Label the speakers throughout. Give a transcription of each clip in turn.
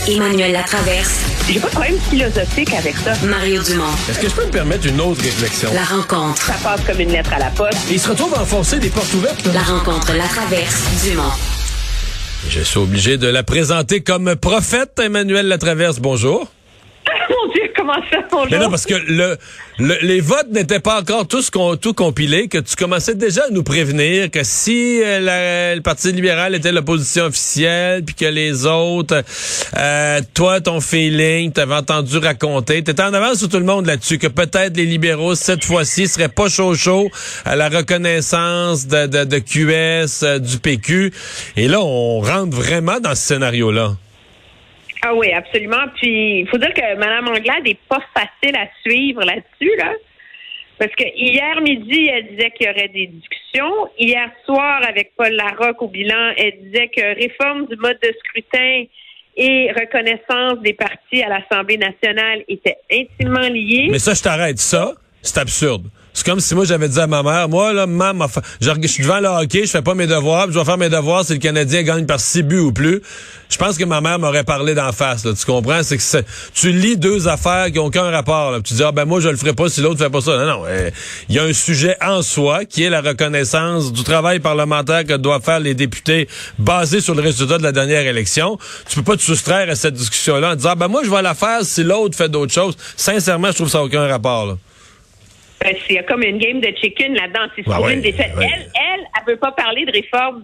Speaker 1: Emmanuel Latraverse.
Speaker 2: J'ai pas de problème philosophique avec ça.
Speaker 1: Mario Dumont.
Speaker 3: Est-ce que je peux me permettre une autre réflexion?
Speaker 1: La rencontre.
Speaker 2: Ça passe comme une lettre à la poste.
Speaker 3: Et il se retrouve à enfoncer des portes ouvertes. Là.
Speaker 1: La rencontre Latraverse Dumont.
Speaker 3: Je suis obligé de la présenter comme prophète, Emmanuel Latraverse. Bonjour.
Speaker 2: Mon Dieu, comment ça, bonjour?
Speaker 3: Mais non, parce que les votes n'étaient pas encore tout compilés, que tu commençais déjà à nous prévenir que si le Parti libéral était l'opposition officielle, puis que les autres, toi, ton feeling, t'avais entendu raconter, t'étais en avance sur tout le monde là-dessus, que peut-être les libéraux, cette fois-ci, seraient pas chaud à la reconnaissance de QS, du PQ. Et là, on rentre vraiment dans ce scénario-là.
Speaker 2: Ah oui, absolument. Puis, il faut dire que Mme Anglade n'est pas facile à suivre là-dessus, là. Parce que hier midi, elle disait qu'il y aurait des discussions. Hier soir, avec Paul Larocque au bilan, elle disait que réforme du mode de scrutin et reconnaissance des partis à l'Assemblée nationale étaient intimement liés.
Speaker 3: Mais ça, je t'arrête. Ça, c'est absurde. C'est comme si moi, j'avais dit à ma mère, moi, là, maman, je suis devant le hockey, je fais pas mes devoirs, puis je vais faire mes devoirs si le Canadien gagne par 6 buts ou plus. Je pense que ma mère m'aurait parlé d'en face, là. Tu comprends? C'est que tu lis deux affaires qui ont aucun rapport, là. Tu dis, moi, je le ferai pas si l'autre fait pas ça. Non, il y a un sujet en soi qui est la reconnaissance du travail parlementaire que doivent faire les députés basé sur le résultat de la dernière élection. Tu peux pas te soustraire à cette discussion-là en disant, moi, je vais la faire si l'autre fait d'autres choses. Sincèrement, je trouve que ça n'a aucun rapport, là.
Speaker 2: Il y a comme une game de chicken là-dedans. C'est une défaite. Elle veut pas parler de réforme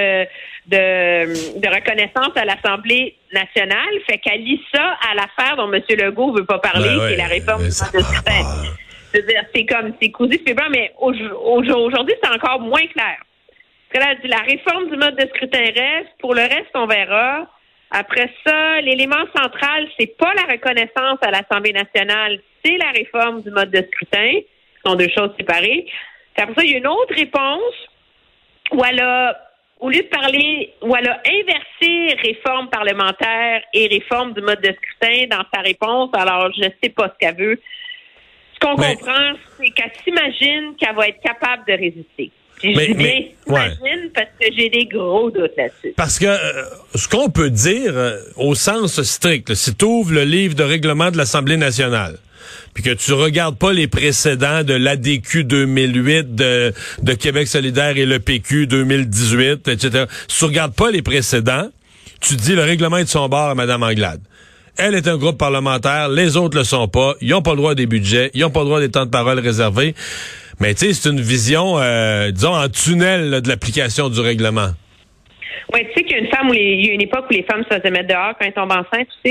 Speaker 2: de reconnaissance à l'Assemblée nationale. Fait qu'elle lit ça à l'affaire dont M. Legault veut pas parler, qui est la réforme du mode de scrutin. C'est-à-dire, c'est cousu, c'est blanc, mais aujourd'hui, c'est encore moins clair. Parce que là, elle dit la réforme du mode de scrutin reste. Pour le reste, on verra. Après ça, l'élément central, c'est pas la reconnaissance à l'Assemblée nationale, c'est la réforme du mode de scrutin. Ce sont deux choses séparées. Puis après ça, il y a une autre réponse où elle a, au lieu de parler, où elle a inversé réforme parlementaire et réforme du mode de scrutin dans sa réponse. Alors, je sais pas ce qu'elle veut. Ce qu'on comprend, c'est qu'elle s'imagine qu'elle va être capable de résister. Puis je dis bien s'imagine parce que j'ai des gros doutes là-dessus.
Speaker 3: Parce que ce qu'on peut dire au sens strict, si tu ouvres le livre de règlement de l'Assemblée nationale, puis que tu regardes pas les précédents de l'ADQ 2008, de Québec solidaire et le PQ 2018, etc. Si tu regardes pas les précédents, tu dis le règlement est de son bord à Mme Anglade. Elle est un groupe parlementaire, les autres le sont pas, ils ont pas le droit des budgets, ils ont pas le droit des temps de parole réservés. Mais tu sais, c'est une vision, disons, en tunnel là, de l'application du règlement.
Speaker 2: Oui, tu sais qu'il y a il y a une époque où les femmes se faisaient mettre dehors quand elles tombent enceintes, tu sais.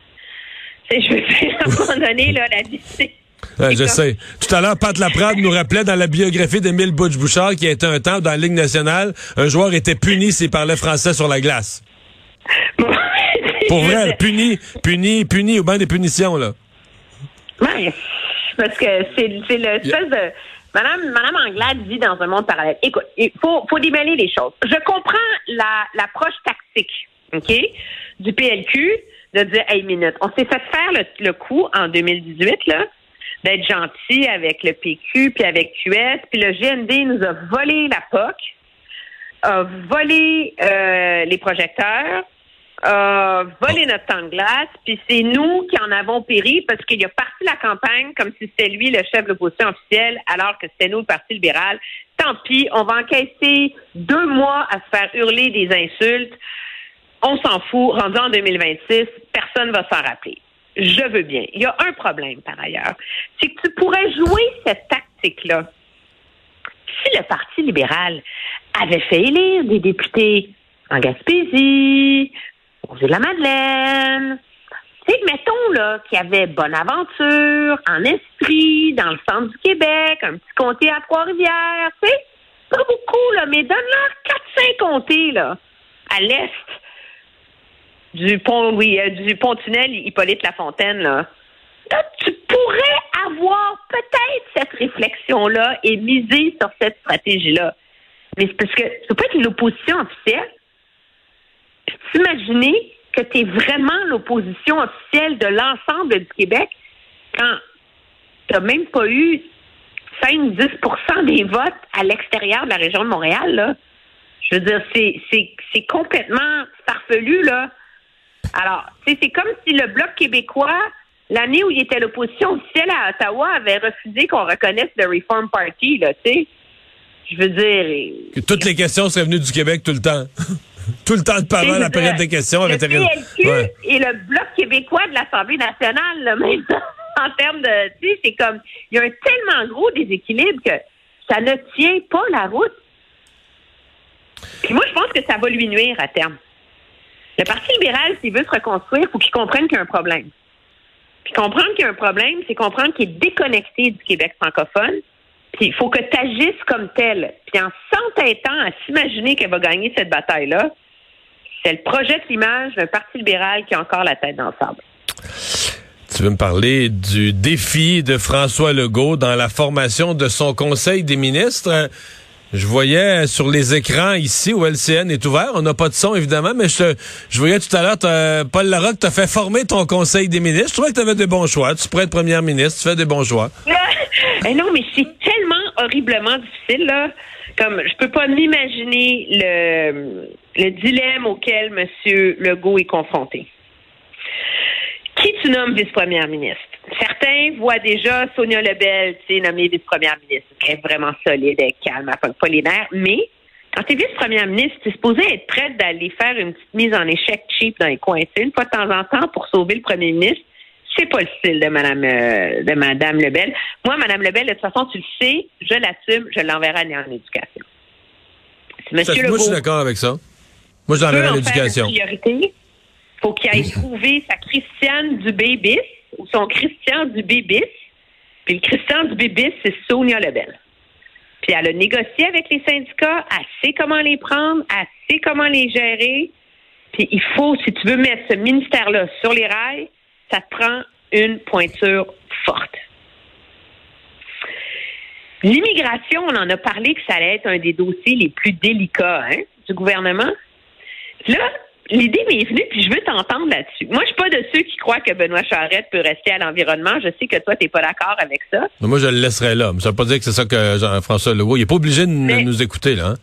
Speaker 2: Je veux dire, à un moment donné, là, la vie,
Speaker 3: je sais. Tout à l'heure, Pat Laprade nous rappelait dans la biographie d'Émile Butch-Bouchard qu'il y a été un temps dans la Ligue nationale, un joueur était puni s'il parlait français sur la glace. Pour vrai, puni, au banc des punitions, là.
Speaker 2: Ouais, parce que c'est l'espèce de... Madame Anglade vit dans un monde parallèle. Écoute, il faut démêler les choses. Je comprends l'approche tactique, OK, du PLQ, de dire, hey, minute, on s'est fait faire le coup en 2018, là, d'être gentil avec le PQ puis avec QS, puis le GND nous a volé la POC, a volé les projecteurs, a volé notre temps de glace, puis c'est nous qui en avons péri parce qu'il a parti la campagne comme si c'était lui le chef de l'opposition officielle, alors que c'était nous, le Parti libéral. Tant pis, on va encaisser 2 mois à se faire hurler des insultes. On s'en fout. Rendu en 2026, personne ne va s'en rappeler. Je veux bien. Il y a un problème, par ailleurs. C'est que tu pourrais jouer cette tactique-là. Si le Parti libéral avait fait élire des députés en Gaspésie, aux Îles-de-la-Madeleine, tu sais, mettons, là, qu'il y avait Bonaventure, en Estrie, dans le centre du Québec, un petit comté à Trois-Rivières, tu sais, pas beaucoup, là, mais donne-leur 4-5 comtés, là, à l'est du pont-tunnel Hippolyte Lafontaine, là. Là, tu pourrais avoir peut-être cette réflexion-là et miser sur cette stratégie-là. Mais c'est parce que tu peux pas être l'opposition officielle. T'imaginer que tu es vraiment l'opposition officielle de l'ensemble du Québec quand tu n'as même pas eu 5-10% des votes à l'extérieur de la région de Montréal, là. Je veux dire, c'est complètement farfelu, là. Alors, c'est comme si le Bloc québécois, l'année où il était l'opposition officielle à Ottawa, avait refusé qu'on reconnaisse le Reform Party, là, tu sais. Je veux dire...
Speaker 3: Que toutes les questions seraient venues du Québec tout le temps. Tout le temps de parole, la période des questions.
Speaker 2: Le PLQ et le Bloc québécois de l'Assemblée nationale, là, même en termes de... Tu sais, c'est comme... Il y a un tellement gros déséquilibre que ça ne tient pas la route. Puis moi, je pense que ça va lui nuire à terme. Le Parti libéral, s'il veut se reconstruire, il faut qu'il comprenne qu'il y a un problème. Puis comprendre qu'il y a un problème, c'est comprendre qu'il est déconnecté du Québec francophone. Puis il faut que tu agisses comme tel. Puis en s'entêtant à s'imaginer qu'elle va gagner cette bataille-là, c'est le projet de l'image d'un Parti libéral qui a encore la tête dans le sable.
Speaker 3: Tu veux me parler du défi de François Legault dans la formation de son Conseil des ministres? Je voyais sur les écrans ici où LCN est ouvert. On n'a pas de son, évidemment, mais je voyais tout à l'heure, Paul Larocque t'a fait former ton Conseil des ministres. Je trouvais que tu avais des bons choix. Tu pourrais être première ministre, tu fais des bons choix.
Speaker 2: Non, mais c'est tellement horriblement difficile, là. Comme, je peux pas m'imaginer le dilemme auquel M. Legault est confronté. Qui tu nommes vice-première ministre? Certains voient déjà Sonia Lebel, tu sais, nommée vice-première ministre. Elle est vraiment solide, elle est calme, elle pogne pas les nerfs. Mais quand tu es vice-première ministre, tu es supposé être prête d'aller faire une petite mise en échec cheap dans les coins. Tu sais, une fois de temps en temps pour sauver le premier ministre. C'est pas le style de Madame Lebel. Moi, Madame Lebel, de toute façon, tu le sais, je l'assume, je l'enverrai en éducation.
Speaker 3: Moi, je suis d'accord avec ça. Moi, je l'enverrai en éducation.
Speaker 2: Il faut qu'il aille trouver sa Christiane du Bébis ou son Christian du Bébis. Puis le Christian du Bébis, c'est Sonia Lebel. Puis elle a négocié avec les syndicats, elle sait comment les prendre, elle sait comment les gérer. Puis il faut, si tu veux mettre ce ministère-là sur les rails, ça te prend une pointure forte. L'immigration, on en a parlé que ça allait être un des dossiers les plus délicats du gouvernement. Là, l'idée m'est venue, puis je veux t'entendre là-dessus. Moi, je suis pas de ceux qui croient que Benoît Charette peut rester à l'environnement. Je sais que toi, t'es pas d'accord avec ça.
Speaker 3: Mais moi, je le laisserai là. Mais ça veut pas dire que c'est ça que Jean-François Legault... Il est pas obligé de nous écouter, là. Hein?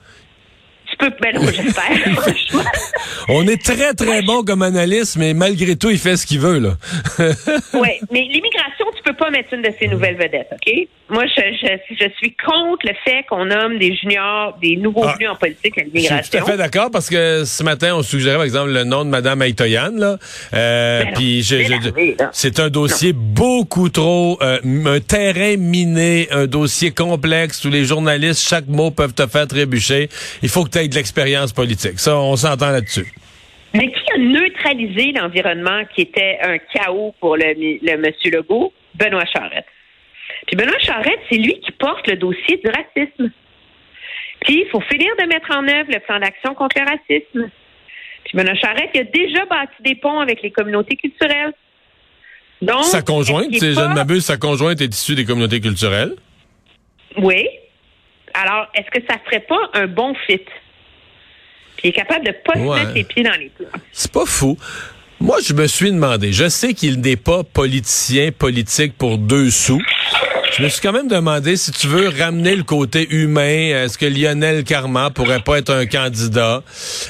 Speaker 2: Ben non, j'espère.
Speaker 3: On est très, très bon comme analyste, mais malgré tout, il fait ce qu'il veut, là.
Speaker 2: Oui, mais l'immigration, tu peux pas mettre une de ces nouvelles vedettes, OK? Moi, je suis contre le fait qu'on nomme des juniors, des nouveaux venus en politique à l'immigration.
Speaker 3: Je suis tout à fait d'accord, parce que ce matin, on suggérait, par exemple, le nom de Mme Aitoyan, là. Puis c'est un dossier beaucoup trop... un terrain miné, un dossier complexe où les journalistes, chaque mot, peuvent te faire trébucher. Il faut que tu aies de l'expérience politique. Ça, on s'entend là-dessus.
Speaker 2: Mais qui a neutralisé l'environnement qui était un chaos pour le monsieur Legault? Benoît Charette. Puis Benoît Charette, c'est lui qui porte le dossier du racisme. Puis il faut finir de mettre en œuvre le plan d'action contre le racisme. Puis Benoît Charette, il a déjà bâti des ponts avec les communautés culturelles. Donc,
Speaker 3: sa conjointe, je ne m'abuse, sa conjointe est issue des communautés culturelles.
Speaker 2: Oui. Alors, est-ce que ça ferait pas un bon fit? Puis il est capable de pas se mettre les pieds dans les plats.
Speaker 3: C'est pas fou. Moi, je me suis demandé, je sais qu'il n'est pas politique pour 2 sous. Je me suis quand même demandé si tu veux ramener le côté humain, est-ce que Lionel Carman pourrait pas être un candidat?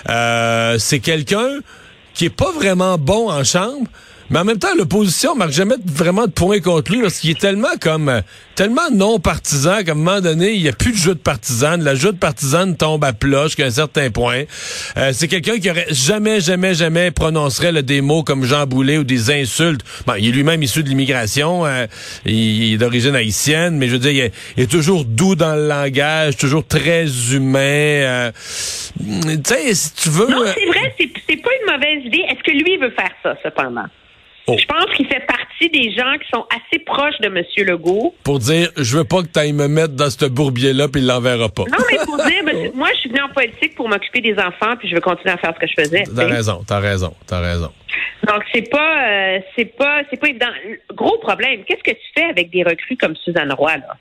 Speaker 3: C'est quelqu'un qui est pas vraiment bon en chambre, mais en même temps, l'opposition marque jamais vraiment de points contre lui parce qu'il est tellement non partisan qu'à un moment donné, il n'y a plus de jeu de partisane. La jeu de partisane tombe à plat jusqu'à un certain point. C'est quelqu'un qui aurait jamais prononcerait des mots comme Jean Boulet ou des insultes. Bon, il est lui-même issu de l'immigration. Il est d'origine haïtienne, mais je veux dire, il est toujours doux dans le langage, toujours très humain. Tu sais, si tu veux...
Speaker 2: Non, c'est vrai, c'est pas une mauvaise idée. Est-ce que lui veut faire ça, cependant? Oh. Je pense qu'il fait partie des gens qui sont assez proches de M. Legault.
Speaker 3: Pour dire, je veux pas que tu ailles me mettre dans ce bourbier-là, puis il l'enverra pas.
Speaker 2: Non, mais pour dire, moi, je suis venue en politique pour m'occuper des enfants, puis je veux continuer à faire ce que je faisais.
Speaker 3: T'as raison.
Speaker 2: Donc, c'est pas évident. Gros problème, qu'est-ce que tu fais avec des recrues comme Suzanne Roy, là?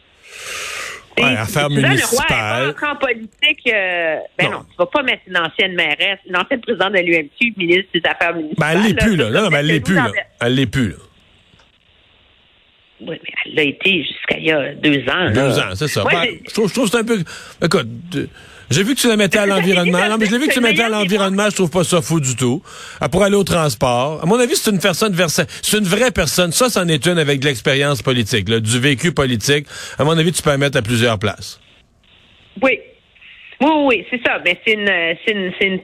Speaker 3: Affaires municipales.
Speaker 2: En politique, non, tu vas pas mettre une ancienne mairesse, une ancienne présidente de l'UMQ, ministre des Affaires municipales.
Speaker 3: Elle l'est plus, là. Non, mais elle l'est plus, là. Elle l'est plus, là.
Speaker 2: Oui, mais elle l'a été jusqu'à il y a 2 ans.
Speaker 3: 2 ans, c'est ça.
Speaker 2: Moi,
Speaker 3: je trouve que c'est un peu... Écoute, J'ai vu que tu la mettais à l'environnement. Non, mais je l'ai vu que tu mettais à l'environnement, je trouve pas ça fou du tout. Pour aller au transport. À mon avis, c'est une personne c'est une vraie personne. Ça, c'en est une avec de l'expérience politique, là, du vécu politique. À mon avis, tu peux la mettre à plusieurs places.
Speaker 2: Oui. Oui, c'est ça. Mais c'est une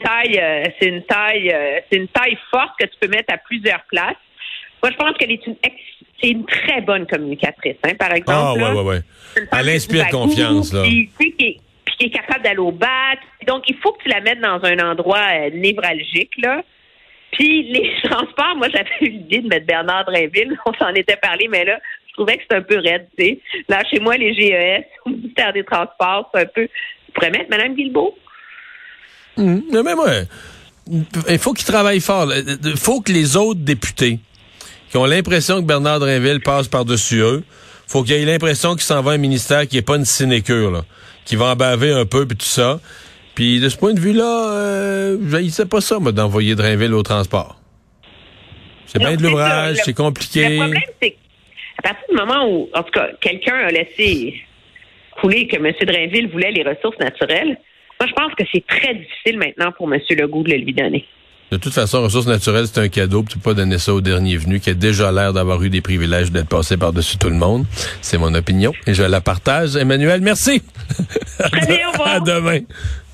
Speaker 2: taille forte que tu peux mettre à plusieurs places. Moi, je pense qu'elle est une très bonne communicatrice, hein, par exemple.
Speaker 3: Ah, ouais. Elle inspire confiance, là.
Speaker 2: Puis qui est capable d'aller au bat. Donc, il faut que tu la mettes dans un endroit névralgique, là. Puis, les transports, moi, j'avais eu l'idée de mettre Bernard Drinville. On s'en était parlé, mais là, je trouvais que c'était un peu raide, tu sais. Là, chez moi, les GES, au ministère des Transports, c'est un peu... Tu pourrais mettre Mme Guilbeault?
Speaker 3: Mais moi, il faut qu'il travaille fort. Il faut que les autres députés qui ont l'impression que Bernard Drinville passe par-dessus eux, faut qu'il ait l'impression qu'il s'en va à un ministère qui n'est pas une sinécure, là, qui va en baver un peu, puis tout ça. Puis de ce point de vue-là, j'haïssais pas ça, moi, d'envoyer Drinville au transport. C'est bien de l'ouvrage, c'est compliqué.
Speaker 2: Le problème, c'est qu'à partir du moment où, en tout cas, quelqu'un a laissé couler que M. Drinville voulait les ressources naturelles, moi, je pense que c'est très difficile maintenant pour M. Legault de le lui donner.
Speaker 3: De toute façon, ressources naturelles, c'est un cadeau, puis tu peux pas donner ça au dernier venu qui a déjà l'air d'avoir eu des privilèges d'être passé par-dessus tout le monde. C'est mon opinion et je la partage. Emmanuel, merci.
Speaker 2: Très bien, au revoir.
Speaker 3: À demain.